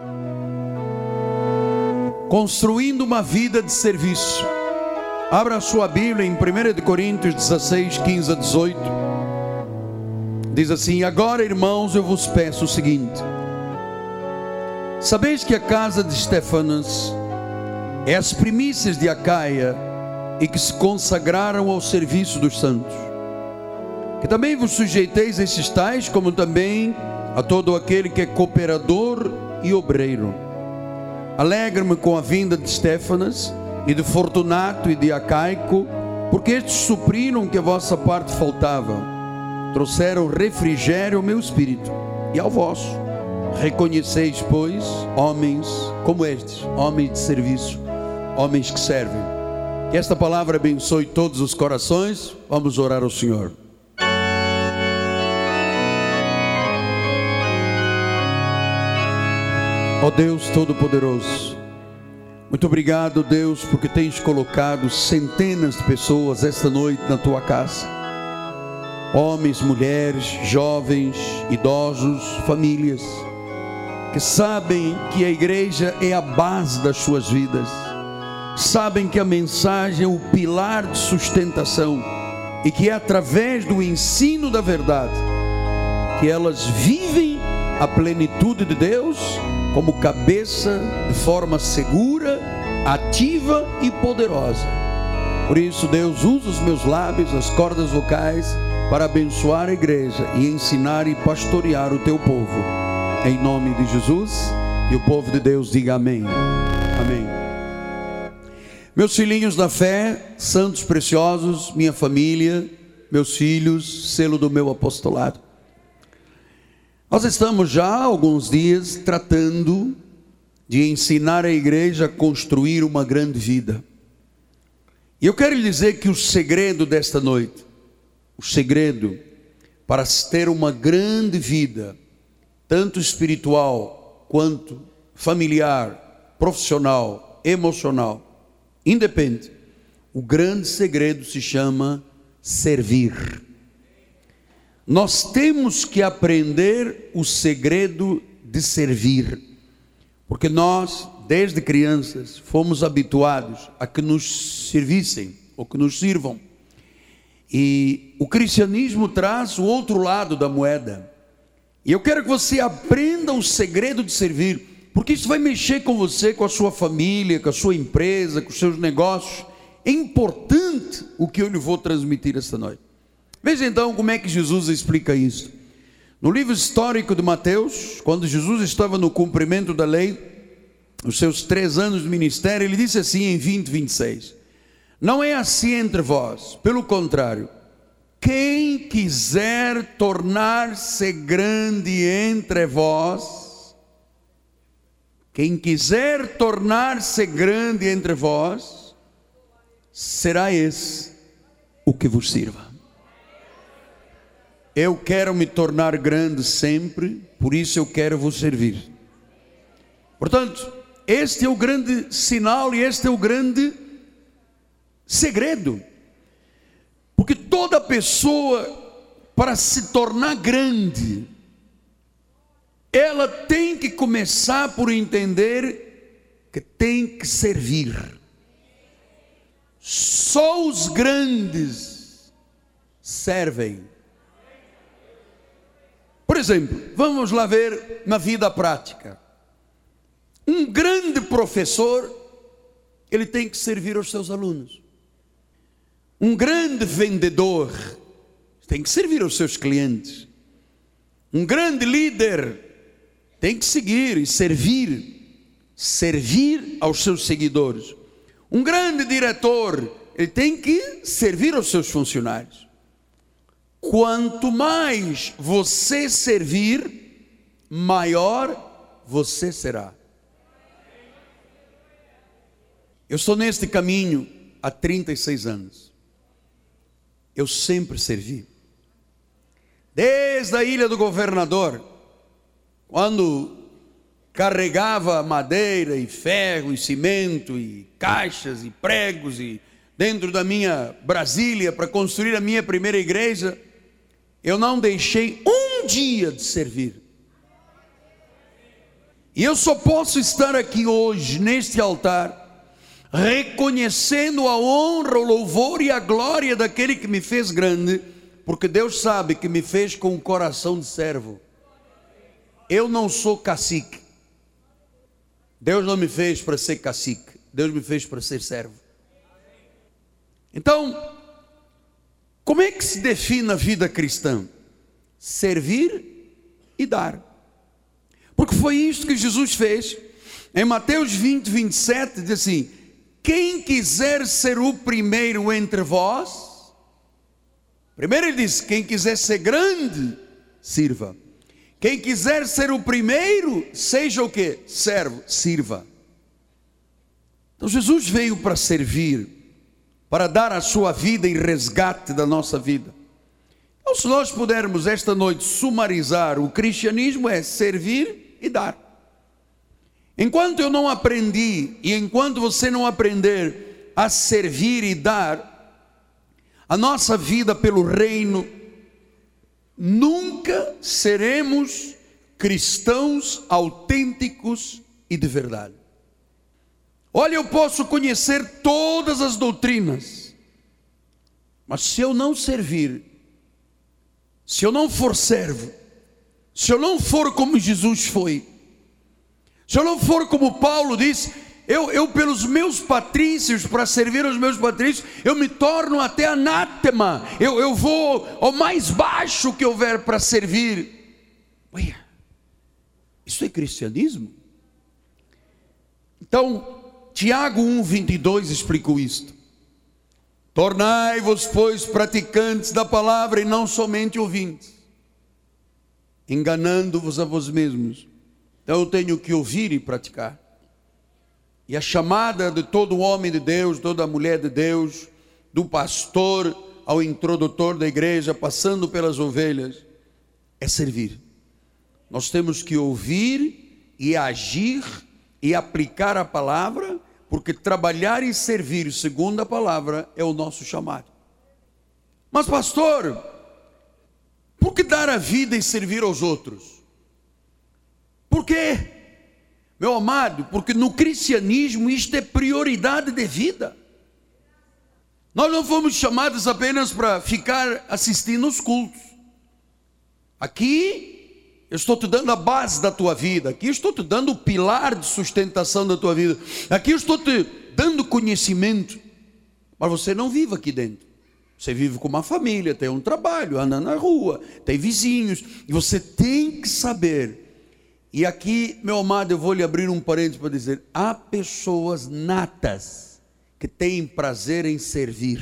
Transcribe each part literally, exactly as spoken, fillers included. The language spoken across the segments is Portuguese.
Construindo uma vida de serviço. Abra a sua Bíblia em primeira Coríntios dezesseis, quinze a dezoito. Diz assim: agora, irmãos, eu vos peço o seguinte: sabeis que a casa de Estéfanas é as primícias de Acaia, e que se consagraram ao serviço dos santos. Que também vos sujeiteis a esses tais, como também a todo aquele que é cooperador e obreiro. Alegro-me com a vinda de Estéfanas e de Fortunato e de Acaico, porque estes supriram o que a vossa parte faltava. Trouxeram refrigério ao meu espírito e ao vosso. Reconheceis, pois, homens como estes, homens de serviço, homens que servem. Que esta palavra abençoe todos os corações. Vamos orar ao Senhor. Ó Deus Todo-Poderoso, muito obrigado, Deus, porque tens colocado centenas de pessoas esta noite na tua casa. Homens, mulheres, jovens, idosos, famílias, que sabem que a igreja é a base das suas vidas. Sabem que a mensagem é o pilar de sustentação, e que é através do ensino da verdade que elas vivem a plenitude de Deus como cabeça, de forma segura, ativa e poderosa. Por isso, Deus, usa os meus lábios, as cordas vocais, para abençoar a igreja e ensinar e pastorear o teu povo. Em nome de Jesus, e o povo de Deus diga amém. Amém. Meus filhinhos da fé, santos preciosos, minha família, meus filhos, selo do meu apostolado. Nós estamos já há alguns dias tratando de ensinar a igreja a construir uma grande vida. E eu quero lhe dizer que o segredo desta noite, o segredo para se ter uma grande vida, tanto espiritual quanto familiar, profissional, emocional, independente, o grande segredo se chama servir. Nós temos que aprender o segredo de servir, porque nós, desde crianças, fomos habituados a que nos servissem, ou que nos sirvam. E o cristianismo traz o outro lado da moeda. E eu quero que você aprenda o segredo de servir, porque isso vai mexer com você, com a sua família, com a sua empresa, com os seus negócios. É importante o que eu lhe vou transmitir esta noite. Veja então como é que Jesus explica isso. No livro histórico de Mateus, quando Jesus estava no cumprimento da lei, os seus três anos de ministério, ele disse assim em vinte, vinte e seis: não é assim entre vós, pelo contrário, quem quiser tornar-se grande entre vós, quem quiser tornar-se grande entre vós, será esse o que vos sirva. Eu quero me tornar grande sempre, por isso eu quero vos servir. Portanto, este é o grande sinal e este é o grande segredo. Porque toda pessoa, para se tornar grande, ela tem que começar por entender que tem que servir. Só os grandes servem. Por exemplo, vamos lá ver na vida prática. Um grande professor, ele tem que servir aos seus alunos. Um grande vendedor tem que servir aos seus clientes. Um grande líder tem que seguir e servir, servir aos seus seguidores. Um grande diretor, ele tem que servir aos seus funcionários. Quanto mais você servir, maior você será. Eu estou neste caminho há trinta e seis anos. Eu sempre servi. Desde a Ilha do Governador, quando carregava madeira e ferro e cimento e caixas e pregos e dentro da minha Brasília para construir a minha primeira igreja, eu não deixei um dia de servir. E eu só posso estar aqui hoje, neste altar, reconhecendo a honra, o louvor e a glória daquele que me fez grande, porque Deus sabe que me fez com um coração de servo. Eu não sou cacique. Deus não me fez para ser cacique. Deus me fez para ser servo. Então, como é que se define a vida cristã? Servir e dar. Porque foi isto que Jesus fez. Em Mateus vinte, vinte e sete, diz assim: quem quiser ser o primeiro entre vós, primeiro ele diz, quem quiser ser grande, sirva. Quem quiser ser o primeiro, seja o quê? Servo, sirva. Então Jesus veio para servir, para dar a sua vida em resgate da nossa vida. Então, se nós pudermos esta noite sumarizar, o cristianismo é servir e dar. Enquanto eu não aprendi, e enquanto você não aprender a servir e dar, a nossa vida pelo reino, nunca seremos cristãos autênticos e de verdade. Olha, eu posso conhecer todas as doutrinas, mas se eu não servir, se eu não for servo, se eu não for como Jesus foi, se eu não for como Paulo disse, eu, eu pelos meus patrícios, para servir aos meus patrícios, eu me torno até anátema, eu, eu vou ao mais baixo que houver para servir. Ué, isso é cristianismo? Então, Tiago um, vinte e dois explicou isto. Tornai-vos, pois, praticantes da palavra e não somente ouvintes, enganando-vos a vós mesmos. Então eu tenho que ouvir e praticar. E a chamada de todo homem de Deus, toda mulher de Deus, do pastor ao introdutor da igreja, passando pelas ovelhas, é servir. Nós temos que ouvir e agir e aplicar a palavra, porque trabalhar e servir segundo a palavra é o nosso chamado. Mas pastor, por que dar a vida e servir aos outros? Por quê? Meu amado, porque no cristianismo isto é prioridade de vida. Nós não fomos chamados apenas para ficar assistindo os cultos. Aqui eu estou te dando a base da tua vida. Aqui eu estou te dando o pilar de sustentação da tua vida. Aqui eu estou te dando conhecimento. Mas você não vive aqui dentro. Você vive com uma família, tem um trabalho, anda na rua, tem vizinhos. E você tem que saber. E aqui, meu amado, eu vou lhe abrir um parênteses para dizer: há pessoas natas que têm prazer em servir.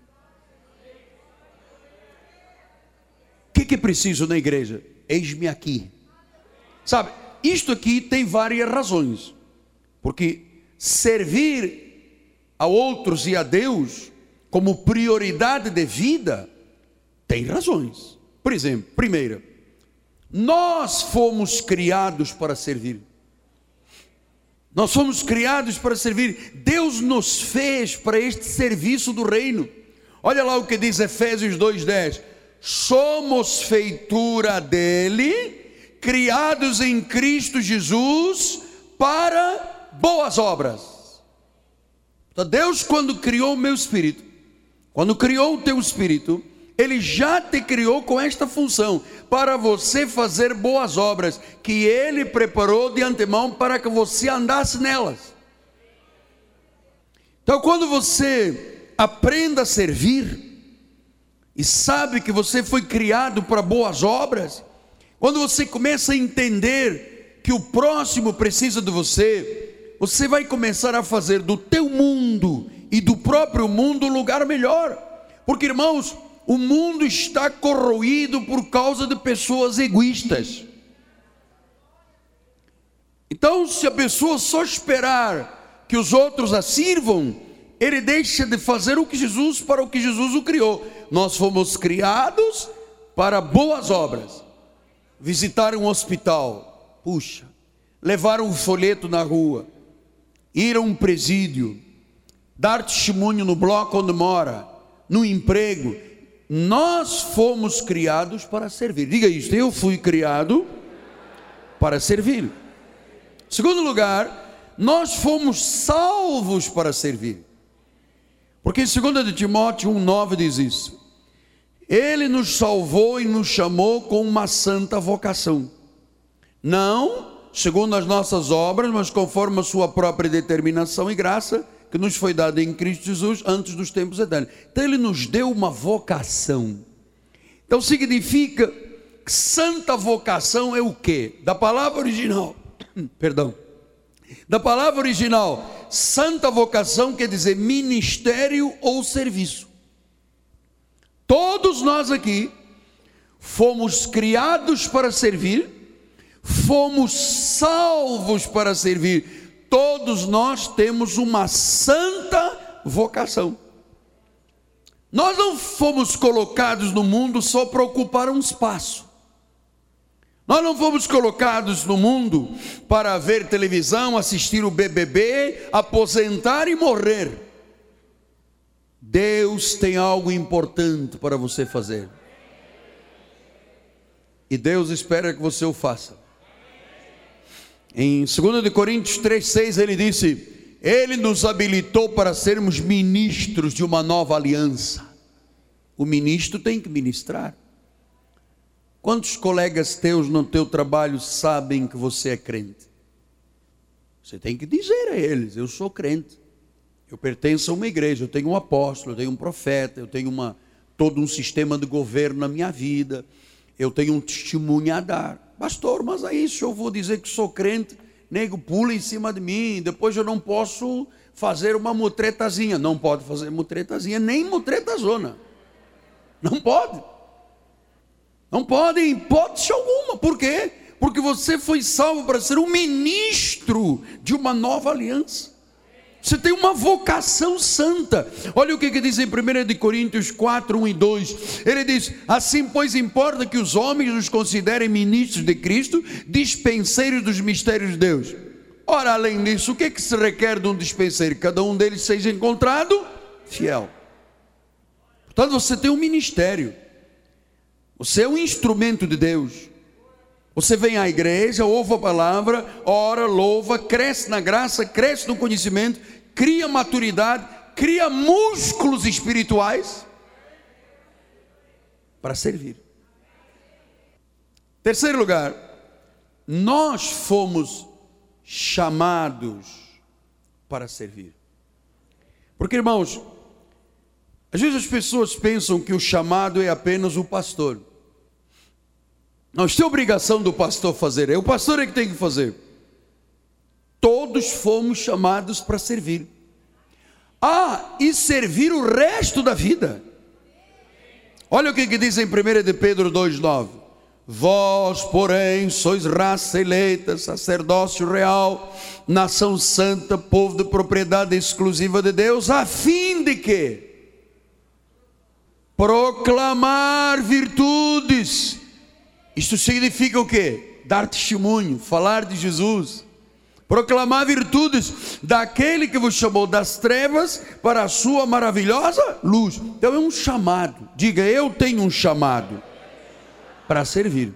O que que é preciso na igreja? Eis-me aqui. Sabe, isto aqui tem várias razões. Porque servir a outros e a Deus como prioridade de vida tem razões. Por exemplo, primeira, nós fomos criados para servir. Nós fomos criados para servir. Deus nos fez para este serviço do reino. Olha lá o que diz Efésios dois, dez. Somos feitura dele, criados em Cristo Jesus para boas obras. Então Deus, quando criou o meu espírito, quando criou o teu espírito, Ele já te criou com esta função, para você fazer boas obras, que Ele preparou de antemão para que você andasse nelas. Então quando você aprenda a servir, e sabe que você foi criado para boas obras, quando você começa a entender que o próximo precisa de você, você vai começar a fazer do teu mundo e do próprio mundo um lugar melhor. Porque, irmãos, o mundo está corroído por causa de pessoas egoístas. Então, se a pessoa só esperar que os outros a sirvam, ele deixa de fazer o que Jesus, para o que Jesus o criou. Nós fomos criados para boas obras. Visitar um hospital, puxa, levar um folheto na rua, ir a um presídio, dar testemunho no bloco onde mora, no emprego. Nós fomos criados para servir. Diga isto: eu fui criado para servir. Segundo lugar, nós fomos salvos para servir. Porque em dois de Timóteo um, nove diz isso. Ele nos salvou e nos chamou com uma santa vocação. Não segundo as nossas obras, mas conforme a sua própria determinação e graça, que nos foi dada em Cristo Jesus antes dos tempos eternos. Então ele nos deu uma vocação. Então significa que santa vocação é o quê? Da palavra original, perdão, da palavra original, santa vocação quer dizer ministério ou serviço. Todos nós aqui fomos criados para servir, fomos salvos para servir. Todos nós temos uma santa vocação. Nós não fomos colocados no mundo só para ocupar um espaço. Nós não fomos colocados no mundo para ver televisão, assistir o B B B, aposentar e morrer. Deus tem algo importante para você fazer. E Deus espera que você o faça. Em dois Coríntios três, seis ele disse: Ele nos habilitou para sermos ministros de uma nova aliança. O ministro tem que ministrar. Quantos colegas teus no teu trabalho sabem que você é crente? Você tem que dizer a eles: eu sou crente, eu pertenço a uma igreja, eu tenho um apóstolo, eu tenho um profeta, eu tenho uma, todo um sistema de governo na minha vida, eu tenho um testemunho a dar. Pastor, mas aí se eu vou dizer que sou crente, nego pula em cima de mim, depois eu não posso fazer uma mutretazinha. Não pode fazer mutretazinha, nem mutretazona. Não pode. Não pode em hipótese alguma. Por quê? Porque você foi salvo para ser um ministro de uma nova aliança. Você tem uma vocação santa. Olha o que, que diz em primeira Coríntios quatro, um e dois. Ele diz: assim pois importa que os homens nos considerem ministros de Cristo, dispenseiros dos mistérios de Deus. Ora, além disso, o que, que se requer de um dispenseiro? Cada um deles seja encontrado fiel. Portanto, você tem um ministério. Você é um instrumento de Deus. Você vem à igreja, ouve a palavra, ora, louva, cresce na graça, cresce no conhecimento, cria maturidade, cria músculos espirituais para servir. Terceiro lugar, nós fomos chamados para servir. Porque, irmãos, às vezes as pessoas pensam que o chamado é apenas o pastor. Não, isso é obrigação do pastor fazer, é o pastor é que tem que fazer. Todos fomos chamados para servir. Ah, e servir o resto da vida. Olha o que, que diz em primeira de Pedro dois, nove. Vós, porém, sois raça eleita, sacerdócio real, nação santa, povo de propriedade exclusiva de Deus, a fim de quê? Proclamar virtudes. Isto significa o quê? Dar testemunho, falar de Jesus, proclamar virtudes daquele que vos chamou das trevas para a sua maravilhosa luz. Então é um chamado. Diga: eu tenho um chamado para servir.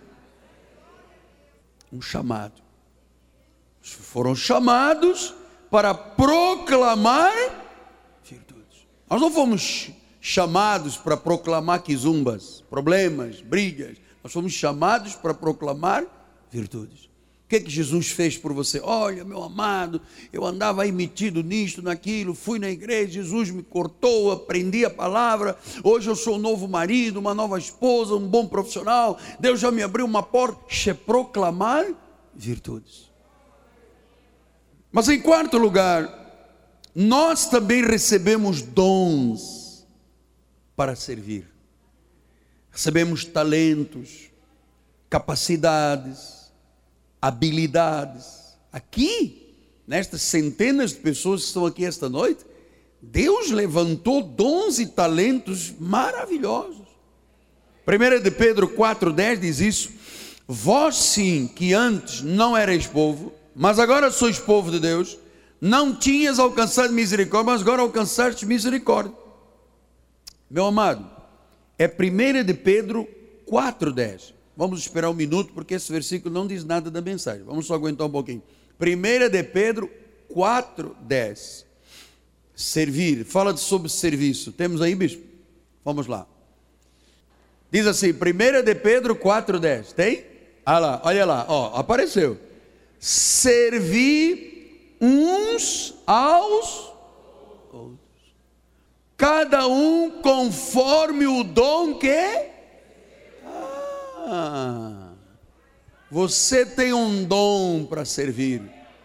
Um chamado. Foram chamados para proclamar virtudes. Nós não fomos chamados para proclamar quizumbas, problemas, brigas. Nós fomos chamados para proclamar virtudes. O que é que Jesus fez por você? Olha, meu amado, eu andava aí metido nisto, naquilo, fui na igreja, Jesus me cortou, aprendi a palavra, hoje eu sou um novo marido, uma nova esposa, um bom profissional, Deus já me abriu uma porta. É proclamar virtudes. Mas em quarto lugar, nós também recebemos dons para servir. Recebemos talentos, capacidades, habilidades. Aqui, nestas centenas de pessoas que estão aqui esta noite, Deus levantou dons e talentos maravilhosos. primeira de Pedro quatro, dez diz isso: vós sim, que antes não erais povo, mas agora sois povo de Deus, não tinhas alcançado misericórdia, mas agora alcançaste misericórdia. Meu amado, é primeira de Pedro quatro, dez. Vamos esperar um minuto, porque esse versículo não diz nada da mensagem. Vamos só aguentar um pouquinho. primeira de Pedro quatro, dez. Servir, fala sobre serviço. Temos aí, bispo? Vamos lá. Diz assim, primeira de Pedro quatro, dez. Tem? Ah lá, olha lá, ó, apareceu. Servir uns aos outros, cada um conforme o dom que... Ah, você tem um dom para servir.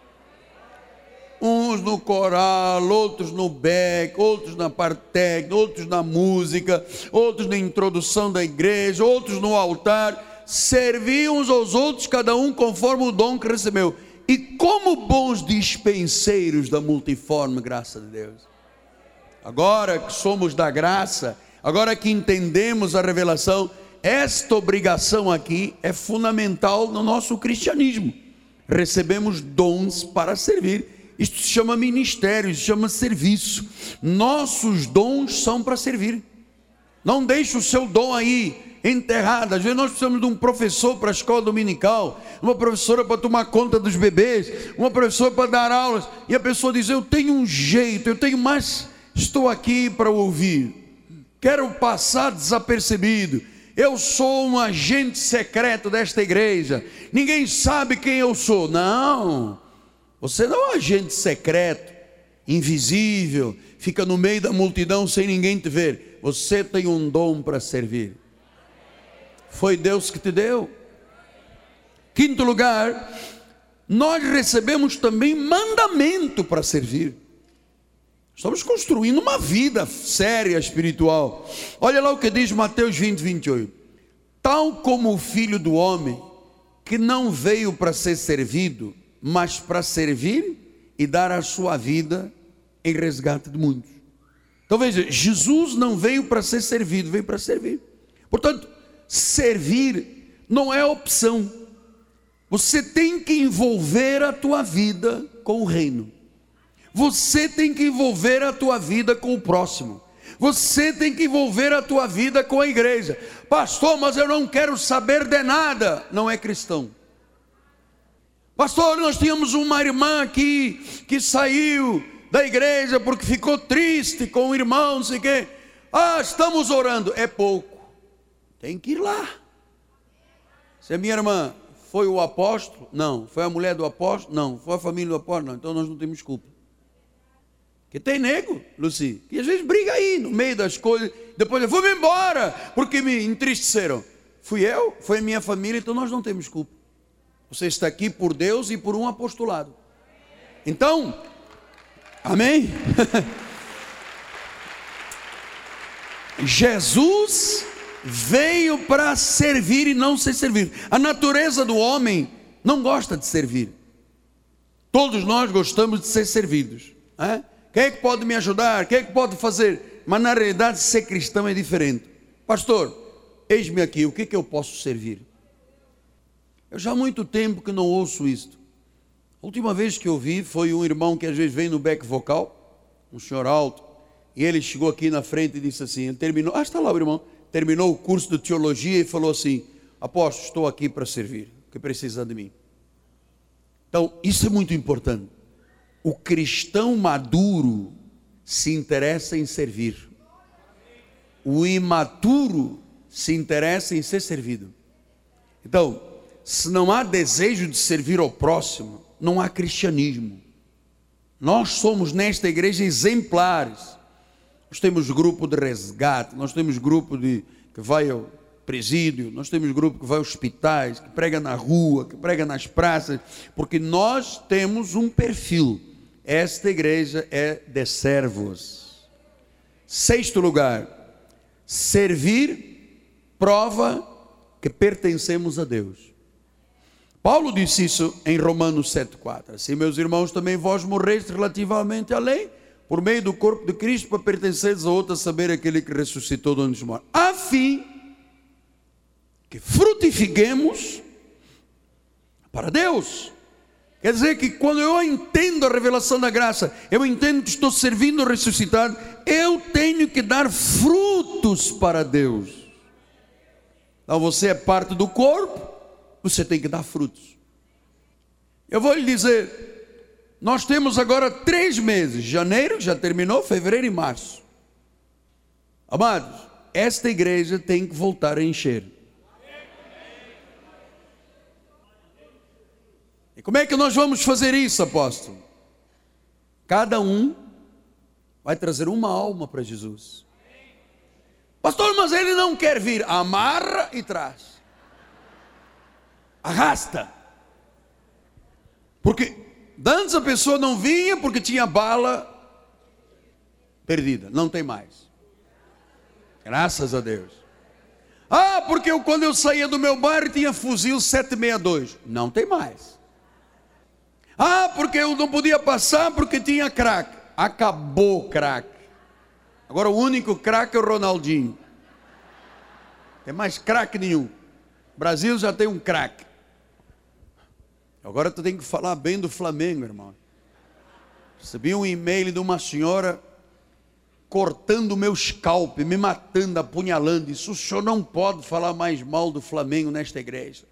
Uns no coral, outros no back, outros na parte técnica, outros na música, outros na introdução da igreja, outros no altar. Servir uns aos outros, cada um conforme o dom que recebeu. E como bons dispenseiros da multiforme graça de Deus. Agora que somos da graça, agora que entendemos a revelação, esta obrigação aqui é fundamental no nosso cristianismo. Recebemos dons para servir. Isto se chama ministério, isso se chama serviço. Nossos dons são para servir. Não deixe o seu dom aí enterrado. Às vezes nós precisamos de um professor para a escola dominical, uma professora para tomar conta dos bebês, uma professora para dar aulas, e a pessoa diz, eu tenho um jeito, eu tenho, mas estou aqui para ouvir, quero passar desapercebido, eu sou um agente secreto desta igreja, ninguém sabe quem eu sou. Não, você não é um agente secreto, invisível, fica no meio da multidão sem ninguém te ver. Você tem um dom para servir. Foi Deus que te deu. Quinto lugar, nós recebemos também mandamento para servir. Estamos construindo uma vida séria espiritual. Olha lá o que diz Mateus vinte, vinte e oito. Tal como o Filho do Homem, que não veio para ser servido, mas para servir e dar a sua vida em resgate de muitos. Então veja, Jesus não veio para ser servido, veio para servir. Portanto, servir não é opção. Você tem que envolver a tua vida com o reino. Você tem que envolver a tua vida com o próximo. Você tem que envolver a tua vida com a igreja. Pastor, mas eu não quero saber de nada. Não é cristão. Pastor, nós tínhamos uma irmã aqui que saiu da igreja porque ficou triste com o irmão, não sei o quê. Ah, estamos orando. É pouco. Tem que ir lá. Se a minha irmã foi o apóstolo, não. Foi a mulher do apóstolo, não. Foi a família do apóstolo, não. Então nós não temos culpa. Porque tem nego, Luci, que às vezes briga aí no meio das coisas. Depois eu vou-me embora porque me entristeceram. Fui eu, foi a minha família, então nós não temos culpa. Você está aqui por Deus e por um apostolado. Então, amém? Jesus veio para servir e não ser servido. A natureza do homem não gosta de servir. Todos nós gostamos de ser servidos. É? Quem é que pode me ajudar? Quem é que pode fazer? Mas na realidade ser cristão é diferente. Pastor, eis-me aqui, o que é que eu posso servir? Eu já há muito tempo que não ouço isto. A última vez que eu vi foi um irmão que às vezes vem no back vocal, um senhor alto, e ele chegou aqui na frente e disse assim, ele terminou, ah, está lá o irmão, terminou o curso de teologia e falou assim, apóstolo, estou aqui para servir, o que precisa de mim. Então, isso é muito importante. O cristão maduro se interessa em servir. O imaturo se interessa em ser servido. Então, se não há desejo de servir ao próximo, não há cristianismo. Nós somos nesta igreja exemplares. Nós temos grupo de resgate, nós temos grupo de, que vai ao presídio, nós temos grupo que vai aos hospitais, que prega na rua, que prega nas praças, porque nós temos um perfil. Esta igreja é de servos. Sexto lugar, servir prova que pertencemos a Deus. Paulo disse isso em Romanos sete, quatro. Assim, meus irmãos, também vós morreste relativamente à lei, por meio do corpo de Cristo, para pertenceres a outra, saber aquele que ressuscitou de onde os mortos, a fim que frutifiquemos para Deus. Quer dizer que quando eu entendo a revelação da graça, eu entendo que estou servindo o ressuscitado, eu tenho que dar frutos para Deus. Então você é parte do corpo, você tem que dar frutos. Eu vou lhe dizer, nós temos agora três meses, janeiro já terminou, fevereiro e março. Amados, esta igreja tem que voltar a encher. E como é que nós vamos fazer isso, apóstolo? Cada um vai trazer uma alma para Jesus. Pastor, mas ele não quer vir. Amarra e traz. Arrasta. Porque antes a pessoa não vinha porque tinha bala perdida. Não tem mais. Graças a Deus. Ah, porque eu, quando eu saía do meu bairro tinha fuzil sete sessenta e dois. Não tem mais. Ah, porque eu não podia passar porque tinha crack. Acabou o crack. Agora o único crack é o Ronaldinho. Tem mais crack nenhum. O Brasil já tem um crack. Agora tu tem que falar bem do Flamengo, irmão. Recebi um e-mail de uma senhora cortando o meu scalp, me matando, apunhalando. Isso o senhor não pode falar mais mal do Flamengo nesta igreja.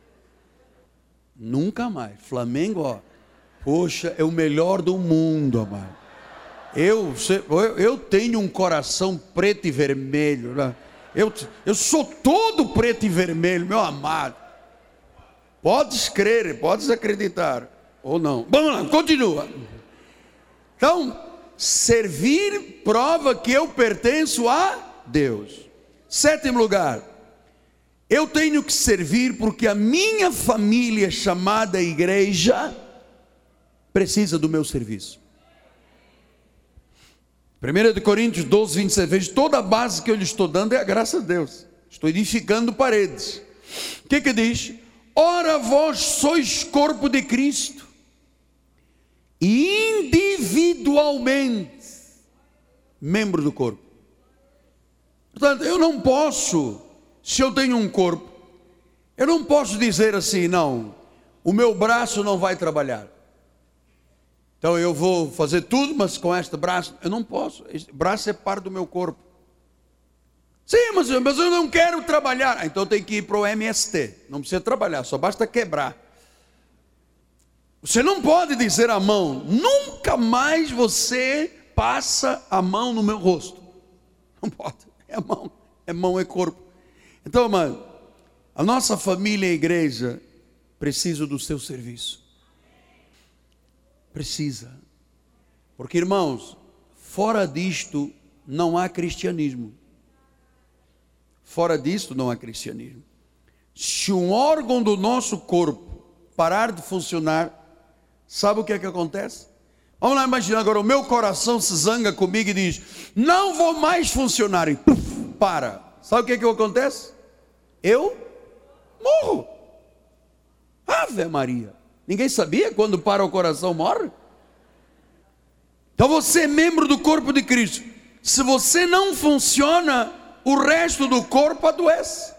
Nunca mais. Flamengo, ó. Poxa, é o melhor do mundo, amado. Eu, eu tenho um coração preto e vermelho, né? eu, eu sou todo preto e vermelho, meu amado. Podes crer, podes acreditar, ou não. Vamos lá, continua. Então, servir prova que eu pertenço a Deus. Sétimo lugar, eu tenho que servir porque a minha família chamada igreja precisa do meu serviço. primeira Coríntios doze, vinte e sete, veja, toda a base que eu lhe estou dando é a graça de Deus. Estou edificando paredes. O que que diz? Ora vós sois corpo de Cristo, e individualmente membro do corpo. Portanto, eu não posso, se eu tenho um corpo, eu não posso dizer assim, não, o meu braço não vai trabalhar. Então eu vou fazer tudo, mas com este braço, eu não posso. Este braço é parte do meu corpo. Sim, mas, mas eu não quero trabalhar. Ah, então tem que ir para o M S T. Não precisa trabalhar, só basta quebrar. Você não pode dizer à mão, nunca mais você passa a mão no meu rosto. Não pode, é mão, é mão, é corpo. Então, mano, a nossa família e a igreja precisa do seu serviço. Precisa. Porque, irmãos, fora disto não há cristianismo. Fora disto não há cristianismo. Se um órgão do nosso corpo parar de funcionar, sabe o que é que acontece? Vamos lá imaginar agora, o meu coração se zanga comigo e diz, não vou mais funcionar, e puf, para. Sabe o que é que acontece? Eu morro. Ave Maria. Ninguém sabia quando para o coração morre? Então você é membro do corpo de Cristo. Se você não funciona, o resto do corpo adoece.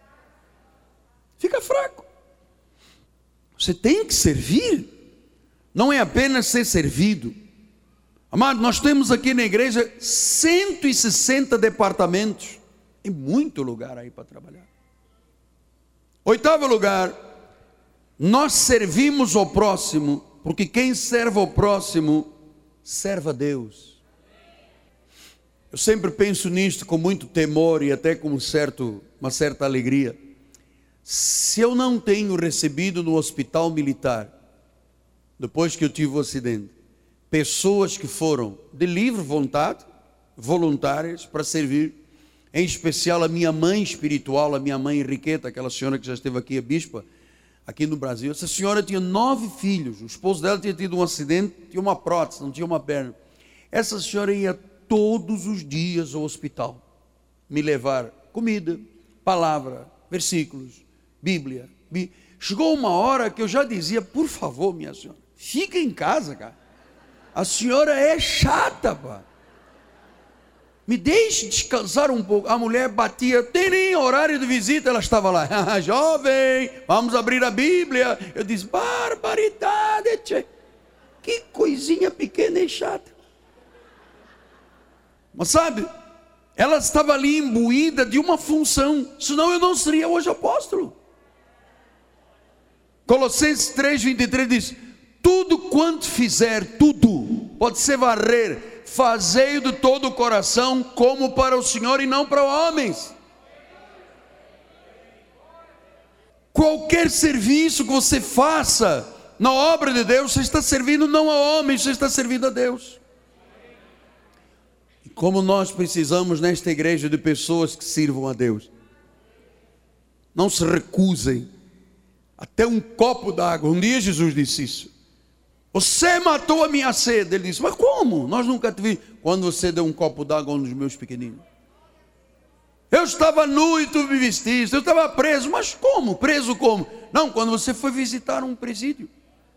Fica fraco. Você tem que servir. Não é apenas ser servido. Amado, nós temos aqui na igreja cento e sessenta departamentos. Tem muito lugar aí para trabalhar. Oitavo lugar, nós servimos ao próximo, porque quem serve ao próximo, serve a Deus. Eu sempre penso nisto com muito temor e até com um certo, uma certa alegria. Se eu não tenho recebido no hospital militar, depois que eu tive o acidente, pessoas que foram de livre vontade, voluntárias para servir, em especial a minha mãe espiritual, a minha mãe Henriqueta, aquela senhora que já esteve aqui, a bispa, aqui no Brasil. Essa senhora tinha nove filhos, o esposo dela tinha tido um acidente, tinha uma prótese, não tinha uma perna. Essa senhora ia todos os dias ao hospital, me levar comida, palavra, versículos, Bíblia. Chegou uma hora que eu já dizia, por favor, minha senhora, fica em casa, cara. A senhora é chata, pá. Me deixe descansar um pouco. A mulher batia, tem nem horário de visita, ela estava lá. Jovem, vamos abrir a Bíblia. Eu disse, barbaridade, tchê. Que coisinha pequena e chata. Mas sabe, ela estava ali imbuída de uma função, senão eu não seria hoje apóstolo. Colossenses três, vinte e três diz: tudo quanto fizer, tudo, pode ser varrer, fazei de todo o coração, como para o Senhor e não para homens. Qualquer serviço que você faça na obra de Deus, você está servindo não a homens, você está servindo a Deus. E como nós precisamos nesta igreja de pessoas que sirvam a Deus. Não se recusem até um copo d'água. Um dia Jesus disse isso: você matou a minha sede. Ele disse: mas como? Nós nunca te vimos. Quando você deu um copo d'água a um dos meus pequeninos. Eu estava nu e tu me vestiste. Eu estava preso. Mas como? Preso como? Não, quando você foi visitar um presídio.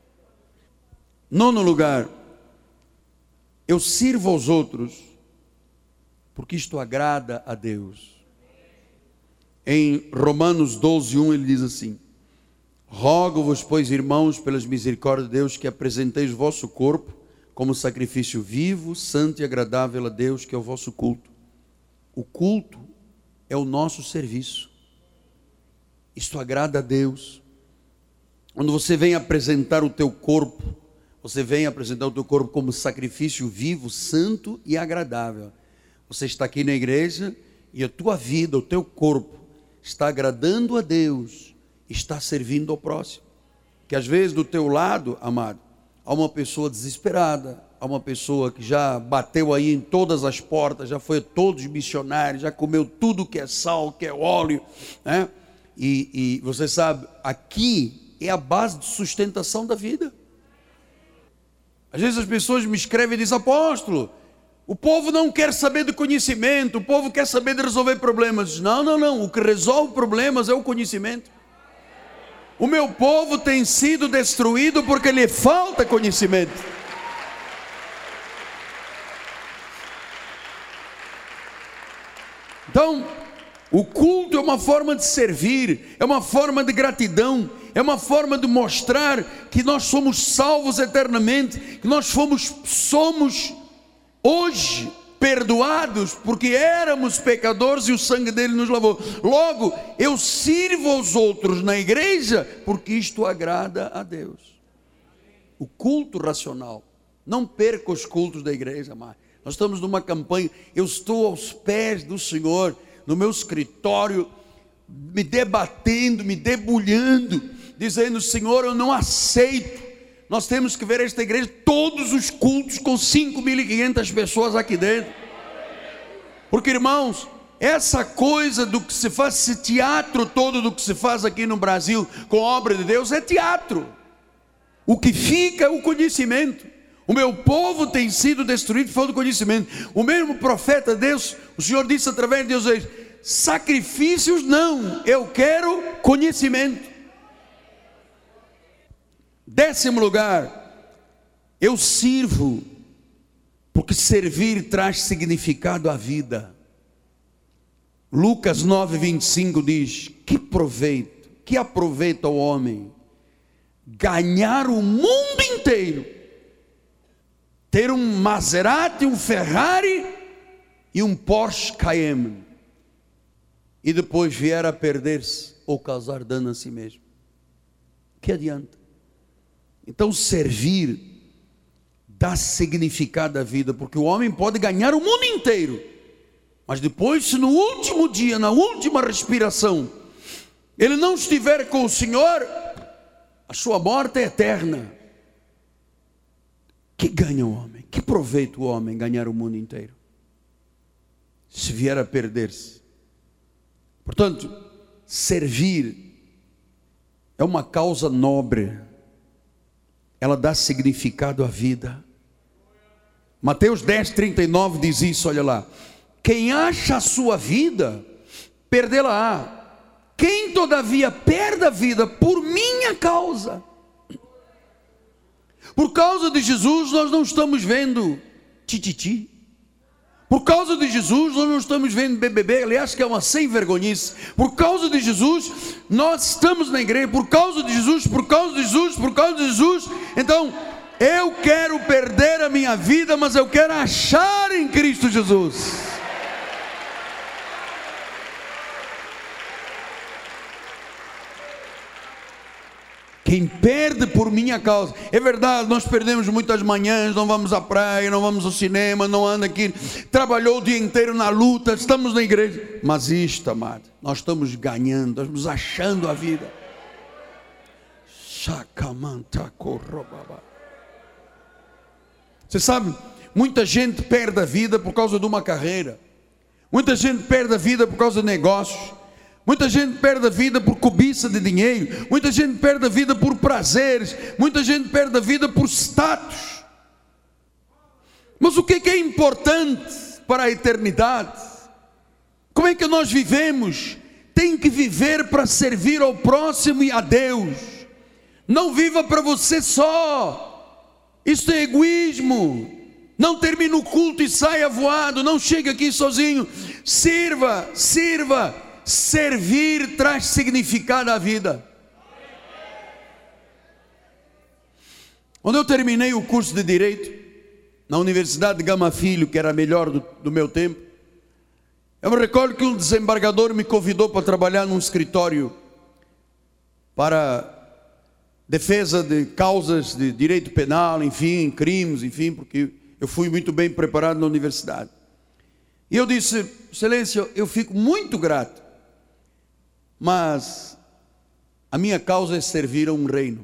Nono lugar, eu sirvo aos outros porque isto agrada a Deus. Em Romanos doze, um ele diz assim: rogo-vos, pois, irmãos, pelas misericórdias de Deus, que apresenteis o vosso corpo como sacrifício vivo, santo e agradável a Deus, que é o vosso culto. O culto é o nosso serviço. Isto agrada a Deus. Quando você vem apresentar o teu corpo, você vem apresentar o teu corpo como sacrifício vivo, santo e agradável. Você está aqui na igreja e a tua vida, o teu corpo, está agradando a Deus, está servindo ao próximo. Que às vezes do teu lado, amado, há uma pessoa desesperada, há uma pessoa que já bateu aí em todas as portas, já foi a todos os missionários, já comeu tudo que é sal, que é óleo, né? E, e você sabe, aqui é a base de sustentação da vida. Às vezes as pessoas me escrevem e dizem: apóstolo, o povo não quer saber de conhecimento, o povo quer saber de resolver problemas. Não, não, não, o que resolve problemas é o conhecimento. O meu povo tem sido destruído porque lhe falta conhecimento. Então, o culto é uma forma de servir, é uma forma de gratidão, é uma forma de mostrar que nós somos salvos eternamente, que nós fomos, somos hoje perdoados, porque éramos pecadores e o sangue dele nos lavou. Logo, eu sirvo aos outros na igreja, porque isto agrada a Deus. O culto racional, não perca os cultos da igreja, mas nós estamos numa campanha, eu estou aos pés do Senhor, no meu escritório, me debatendo, me debulhando, dizendo: Senhor, eu não aceito. Nós temos que ver esta igreja, todos os cultos com cinco mil e quinhentas pessoas aqui dentro. Porque, irmãos, essa coisa do que se faz, esse teatro todo do que se faz aqui no Brasil com a obra de Deus, é teatro. O que fica é o conhecimento. O meu povo tem sido destruído por falta de conhecimento. O mesmo profeta de Deus, o Senhor disse através de Deus: sacrifícios não, eu quero conhecimento. Décimo lugar, eu sirvo porque servir traz significado à vida. Lucas nove, vinte e cinco diz: que proveito, que aproveita o homem ganhar o mundo inteiro, ter um Maserati, um Ferrari e um Porsche Cayenne, e depois vier a perder-se ou causar dano a si mesmo. Que adianta? Então servir dá significado à vida, porque o homem pode ganhar o mundo inteiro, mas depois, se no último dia, na última respiração, ele não estiver com o Senhor, a sua morte é eterna. Que ganha o homem? Que proveita o homem ganhar o mundo inteiro, se vier a perder-se? Portanto, servir é uma causa nobre, ela dá significado à vida. Mateus dez, trinta e nove diz isso, olha lá: quem acha a sua vida, perdê-la-á. Quem todavia perde a vida por minha causa. Por causa de Jesus nós não estamos vendo tititi. Por causa de Jesus nós não estamos vendo B B B, aliás que é uma sem vergonhice. Por causa de Jesus nós estamos na igreja. Por causa de Jesus, por causa de Jesus, por causa de Jesus. Então eu quero perder a minha vida, mas eu quero achar em Cristo Jesus. Quem perde por minha causa. É verdade, nós perdemos muitas manhãs, não vamos à praia, não vamos ao cinema, não anda aqui, trabalhou o dia inteiro na luta, estamos na igreja. Mas isto, amado, nós estamos ganhando, estamos achando a vida. Você sabe, muita gente perde a vida por causa de uma carreira. Muita gente perde a vida por causa de negócios. Muita gente perde a vida por cobiça de dinheiro. Muita gente perde a vida por prazeres. Muita gente perde a vida por status. Mas o que é importante para a eternidade? Como é que nós vivemos? Tem que viver para servir ao próximo e a Deus. Não viva para você só. Isso é egoísmo. Não termine o culto e saia voado. Não chegue aqui sozinho. Sirva, sirva. Servir traz significado à vida. Quando eu terminei o curso de Direito na Universidade de Gama Filho, que era a melhor do, do meu tempo, eu me recordo que um desembargador me convidou para trabalhar num escritório para defesa de causas de direito penal, enfim, crimes, enfim, porque eu fui muito bem preparado na universidade. E eu disse: Excelência, eu fico muito grato, mas a minha causa é servir a um reino.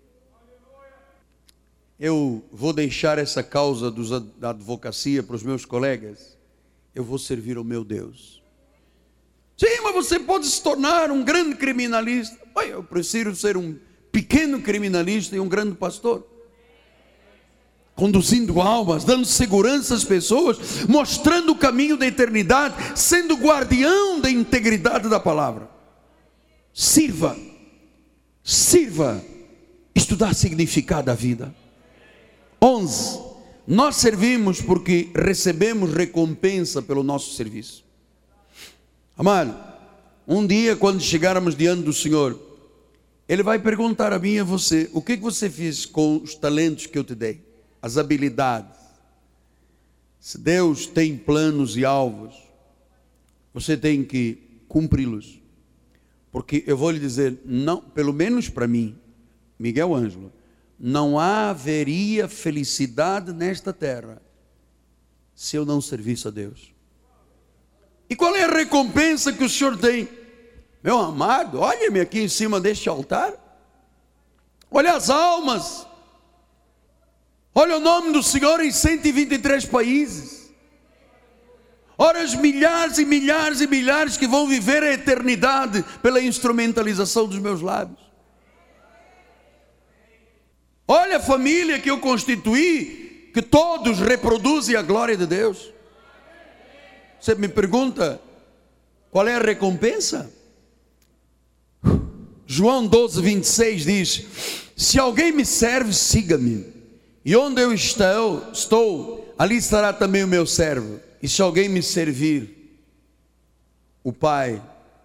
Eu vou deixar essa causa dos, da advocacia para os meus colegas. Eu vou servir ao meu Deus. Sim, mas você pode se tornar um grande criminalista. Pai, eu prefiro ser um pequeno criminalista e um grande pastor, conduzindo almas, dando segurança às pessoas, mostrando o caminho da eternidade, sendo guardião da integridade da palavra. Sirva, sirva, isto dá significado à vida. onze. Nós servimos porque recebemos recompensa pelo nosso serviço. Amado, um dia quando chegarmos diante do Senhor, Ele vai perguntar a mim e a você: o que você fez com os talentos que eu te dei? As habilidades. Se Deus tem planos e alvos, você tem que cumpri-los. Porque eu vou lhe dizer, não, pelo menos para mim, Miguel Ângelo, não haveria felicidade nesta terra se eu não servisse a Deus. E qual é a recompensa que o Senhor tem? Meu amado, olha-me aqui em cima deste altar. Olha as almas. Olha o nome do Senhor em cento e vinte e três países. Ora, as milhares e milhares e milhares que vão viver a eternidade pela instrumentalização dos meus lábios. Olha a família que eu constituí, que todos reproduzem a glória de Deus. Você me pergunta, qual é a recompensa? João doze, vinte e seis diz: se alguém me serve, siga-me. E onde eu estou, estou, ali estará também o meu servo. E se alguém me servir, o Pai,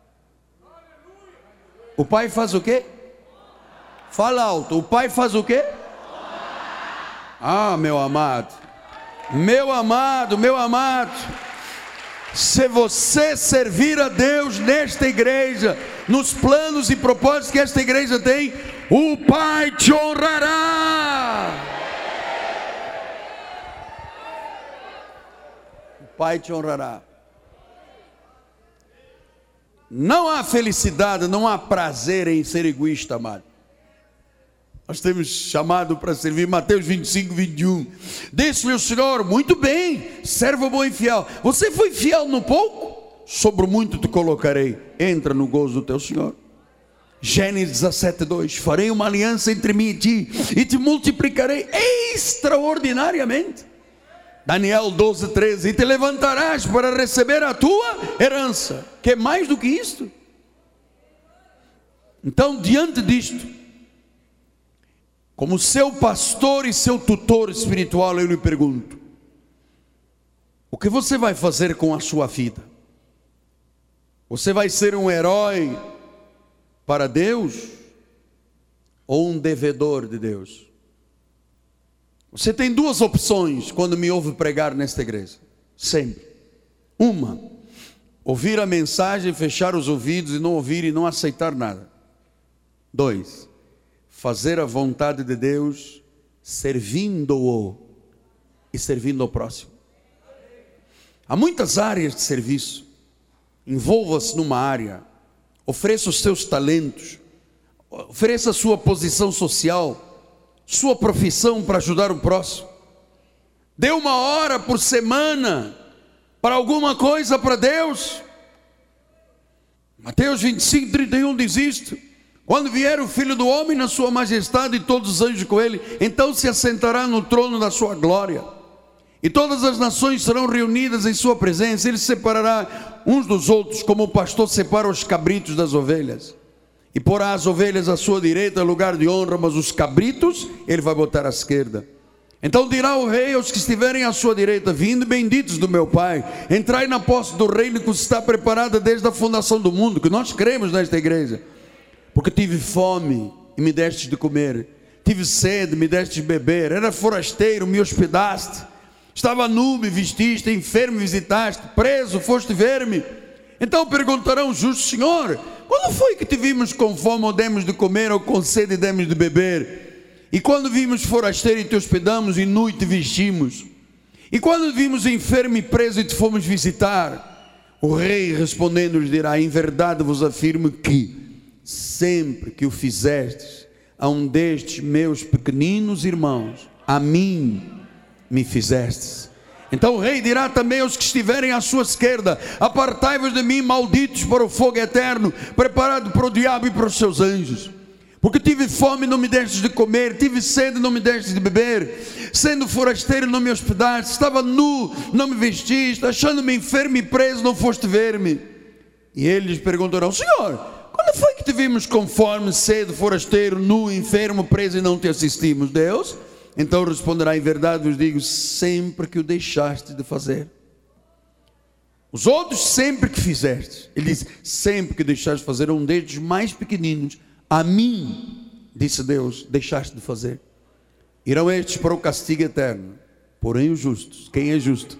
o Pai faz o quê? Fala alto, o Pai faz o quê? Ah, meu amado, meu amado, meu amado, se você servir a Deus nesta igreja, nos planos e propósitos que esta igreja tem, o Pai te honrará. Pai te honrará. Não há felicidade, não há prazer em ser egoísta, amado. Nós temos chamado para servir. Mateus vinte e cinco, vinte e um. Disse-lhe o Senhor: muito bem, servo bom e fiel. Você foi fiel no pouco? Sobre muito te colocarei. Entra no gozo do teu Senhor. Gênesis dezessete, dois. Farei uma aliança entre mim e ti, e te multiplicarei extraordinariamente. Daniel doze, treze. E te levantarás para receber a tua herança. Que é mais do que isto? Então, diante disto, como seu pastor e seu tutor espiritual, eu lhe pergunto: o que você vai fazer com a sua vida? Você vai ser um herói para Deus ou um devedor de Deus? Você tem duas opções quando me ouve pregar nesta igreja, sempre. Uma, ouvir a mensagem, fechar os ouvidos e não ouvir e não aceitar nada. Dois, fazer a vontade de Deus, servindo-o e servindo ao próximo. Há muitas áreas de serviço. Envolva-se numa área, ofereça os seus talentos, ofereça a sua posição social, sua profissão para ajudar o próximo. Dê uma hora por semana para alguma coisa para Deus. Mateus vinte e cinco, trinta e um diz isto: quando vier o Filho do Homem na sua majestade e todos os anjos com ele, então se assentará no trono da sua glória, e todas as nações serão reunidas em sua presença. Ele separará uns dos outros, como o pastor separa os cabritos das ovelhas, e porá as ovelhas à sua direita, lugar de honra, mas os cabritos ele vai botar à esquerda. Então dirá o rei aos que estiverem à sua direita: vinde, benditos do meu Pai, entrai na posse do reino que está preparada desde a fundação do mundo. Que nós cremos nesta igreja. Porque tive fome e me destes de comer, tive sede, me destes de beber, era forasteiro, me hospedaste, estava nu, me vestiste, enfermo, me visitaste, preso, foste ver-me. Então perguntarão os justos: Senhor, quando foi que te vimos com fome ou demos de comer, ou com sede e demos de beber? E quando vimos forasteiro e te hospedamos, e nu e te vestimos? E quando vimos enfermo e preso e te fomos visitar? O rei respondendo lhes dirá: em verdade vos afirmo que sempre que o fizestes a um destes meus pequeninos irmãos, a mim me fizestes. Então o rei dirá também aos que estiverem à sua esquerda: apartai-vos de mim, malditos, para o fogo eterno, preparado para o diabo e para os seus anjos. Porque tive fome e não me destes de comer, tive sede e não me destes de beber, sendo forasteiro não me hospedaste, estava nu, não me vestiste, achando-me enfermo e preso, não foste ver-me. E eles perguntarão: Senhor, quando foi que te vimos com fome, sede, forasteiro, nu, enfermo, preso e não te assistimos? Deus então responderá: em verdade vos digo, sempre que o deixaste de fazer. Os outros sempre que fizeste. Ele diz: sempre que deixaste de fazer um destes mais pequeninos, a mim, disse Deus, deixaste de fazer. Irão estes para o castigo eterno, porém os justos, quem é justo?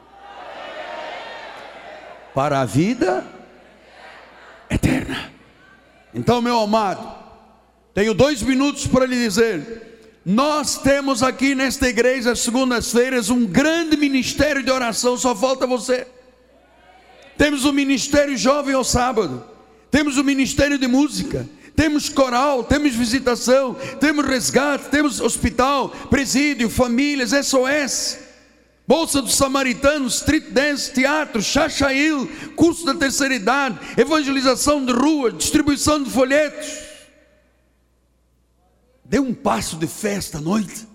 Para a vida eterna. Então, meu amado, tenho dois minutos para lhe dizer: nós temos aqui nesta igreja, às segundas-feiras, um grande ministério de oração. Só falta você. Temos o ministério jovem ao sábado, temos o ministério de música, temos coral, temos visitação, temos resgate, temos hospital, presídio, famílias, S O S, Bolsa dos Samaritanos, Street Dance, teatro, Chachail, curso da terceira idade, evangelização de rua, distribuição de folhetos. Dê um passo de fé esta noite.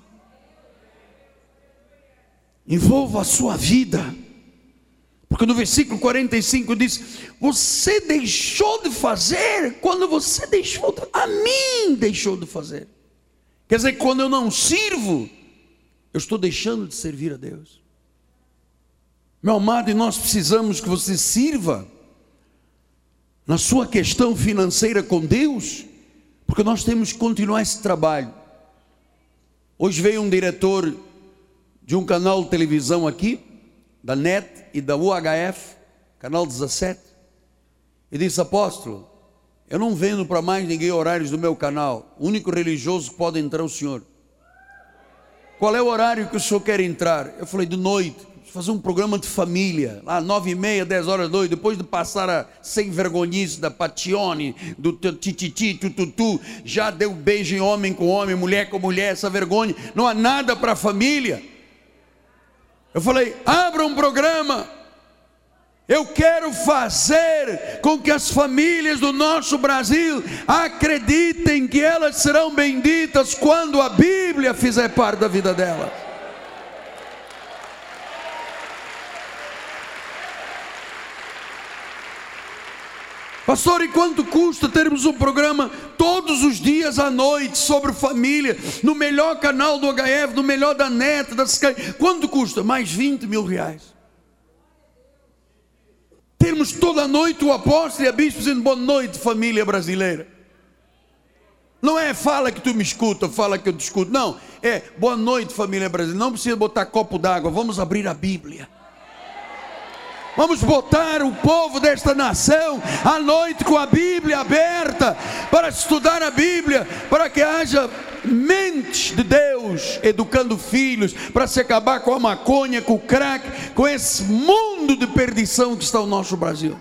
Envolva a sua vida. Porque no versículo quarenta e cinco diz: você deixou de fazer quando você deixou de, a mim deixou de fazer. Quer dizer, quando eu não sirvo, eu estou deixando de servir a Deus. Meu amado, e nós precisamos que você sirva na sua questão financeira com Deus, porque nós temos que continuar esse trabalho. Hoje veio um diretor de um canal de televisão aqui, da N E T e da U H F, canal dezessete, e disse: apóstolo, eu não vendo para mais ninguém horários do meu canal, o único religioso que pode entrar é o senhor. Qual é o horário que o senhor quer entrar? Eu falei: de noite, fazer um programa de família, lá nove e meia, dez horas da noite, depois de passar a sem vergonhice da Patione, do tititi, tututu, já deu beijo em homem com homem, mulher com mulher, essa vergonha, não há nada para a família. Eu falei: abra um programa. Eu quero fazer com que as famílias do nosso Brasil acreditem que elas serão benditas quando a Bíblia fizer parte da vida delas. Pastor, e quanto custa termos um programa todos os dias à noite sobre família, no melhor canal do H F, no melhor da N E T, da Sky? Quanto custa? Mais vinte mil reais. Termos toda a noite o apóstolo e a bispo dizendo: boa noite, família brasileira. Não é fala que tu me escuta, fala que eu te escuto. Não, é boa noite, família brasileira. Não precisa botar copo d'água, vamos abrir a Bíblia. Vamos botar o povo desta nação à noite com a Bíblia aberta, para estudar a Bíblia, para que haja mentes de Deus educando filhos, para se acabar com a maconha, com o crack, com esse mundo de perdição que está o nosso Brasil.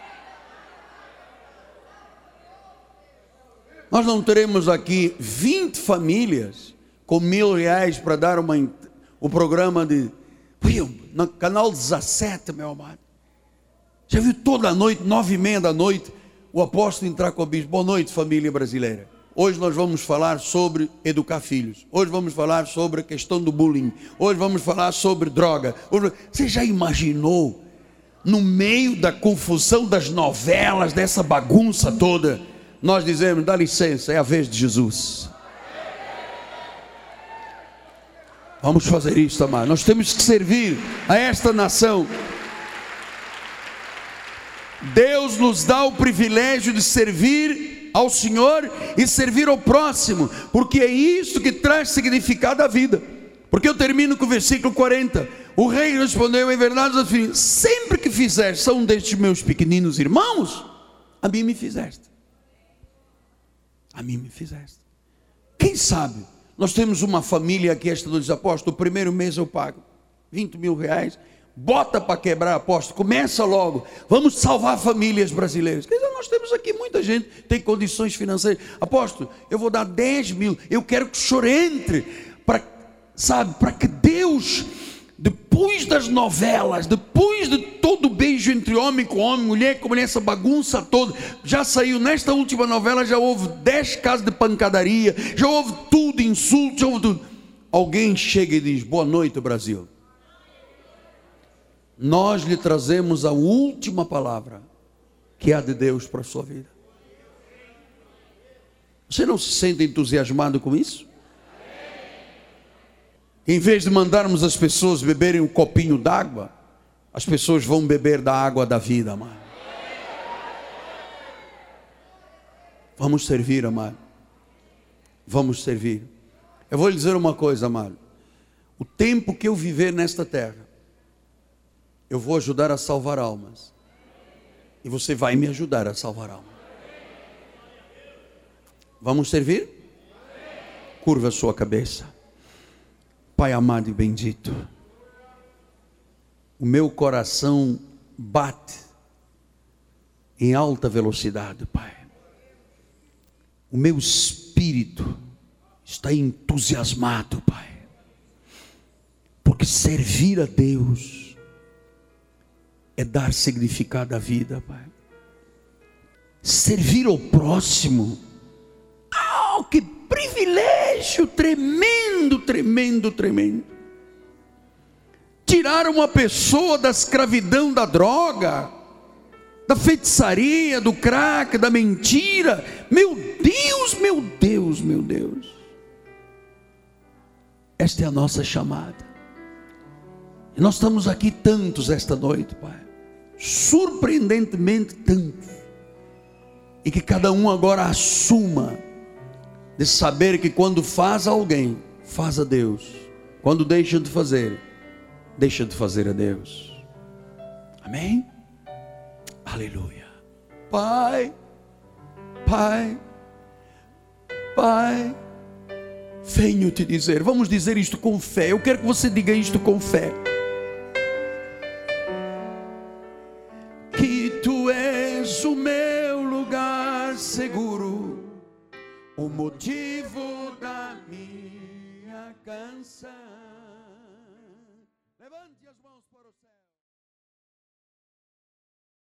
Nós não teremos aqui vinte famílias com mil reais para dar uma, o programa de... no canal dezessete, meu amado. Já viu toda a noite, nove e meia da noite, o apóstolo entrar com o bispo. Boa noite, família brasileira. Hoje nós vamos falar sobre educar filhos. Hoje vamos falar sobre a questão do bullying. Hoje vamos falar sobre droga. Hoje... Você já imaginou, no meio da confusão das novelas, dessa bagunça toda, nós dizemos, dá licença, é a vez de Jesus. Vamos fazer isso, amado. Nós temos que servir a esta nação. Deus nos dá o privilégio de servir ao Senhor e servir ao próximo, porque é isso que traz significado à vida. Porque eu termino com o versículo quarenta. O rei respondeu, em verdade, filhos, sempre que fizeste a um destes meus pequeninos irmãos, a mim me fizeste. A mim me fizeste. Quem sabe nós temos uma família aqui, esta dos apóstolos, o primeiro mês eu pago vinte mil reais, bota para quebrar, apóstolo, começa logo, vamos salvar famílias brasileiras. Quer dizer, nós temos aqui muita gente, tem condições financeiras. Apóstolo, eu vou dar dez mil, eu quero que o senhor entre, para, sabe, para que Deus, depois das novelas, depois de todo o beijo entre homem com homem, mulher com mulher, essa bagunça toda, já saiu, nesta última novela já houve dez casos de pancadaria, já houve tudo, insulto, já houve tudo. Alguém chega e diz, boa noite, Brasil. Nós lhe trazemos a última palavra, que é a de Deus para a sua vida. Você não se sente entusiasmado com isso? Em vez de mandarmos as pessoas beberem um copinho d'água, as pessoas vão beber da água da vida, amado. Vamos servir, amado. Vamos servir. Eu vou lhe dizer uma coisa, amado. O tempo que eu viver nesta terra, eu vou ajudar a salvar almas. E você vai me ajudar a salvar almas. Vamos servir? Curva a sua cabeça. Pai amado e bendito, o meu coração bate em alta velocidade, Pai. O meu espírito está entusiasmado, Pai, porque servir a Deus é dar significado à vida, Pai. Servir ao próximo, oh, que privilégio tremendo, tremendo, tremendo. Tirar uma pessoa da escravidão da droga, da feitiçaria, do crack, da mentira. Meu Deus, meu Deus, meu Deus. Esta é a nossa chamada. E nós estamos aqui tantos esta noite, Pai. Surpreendentemente tantos. E que cada um agora assuma de saber que quando faz a alguém, faz a Deus. Quando deixa de fazer, deixa de fazer a Deus. Amém? Aleluia. Pai, Pai, Pai, venho te dizer, vamos dizer isto com fé. Eu quero que você diga isto com fé. Que tu és o meu lugar seguro, o motivo da minha canção. Levante as mãos para o céu.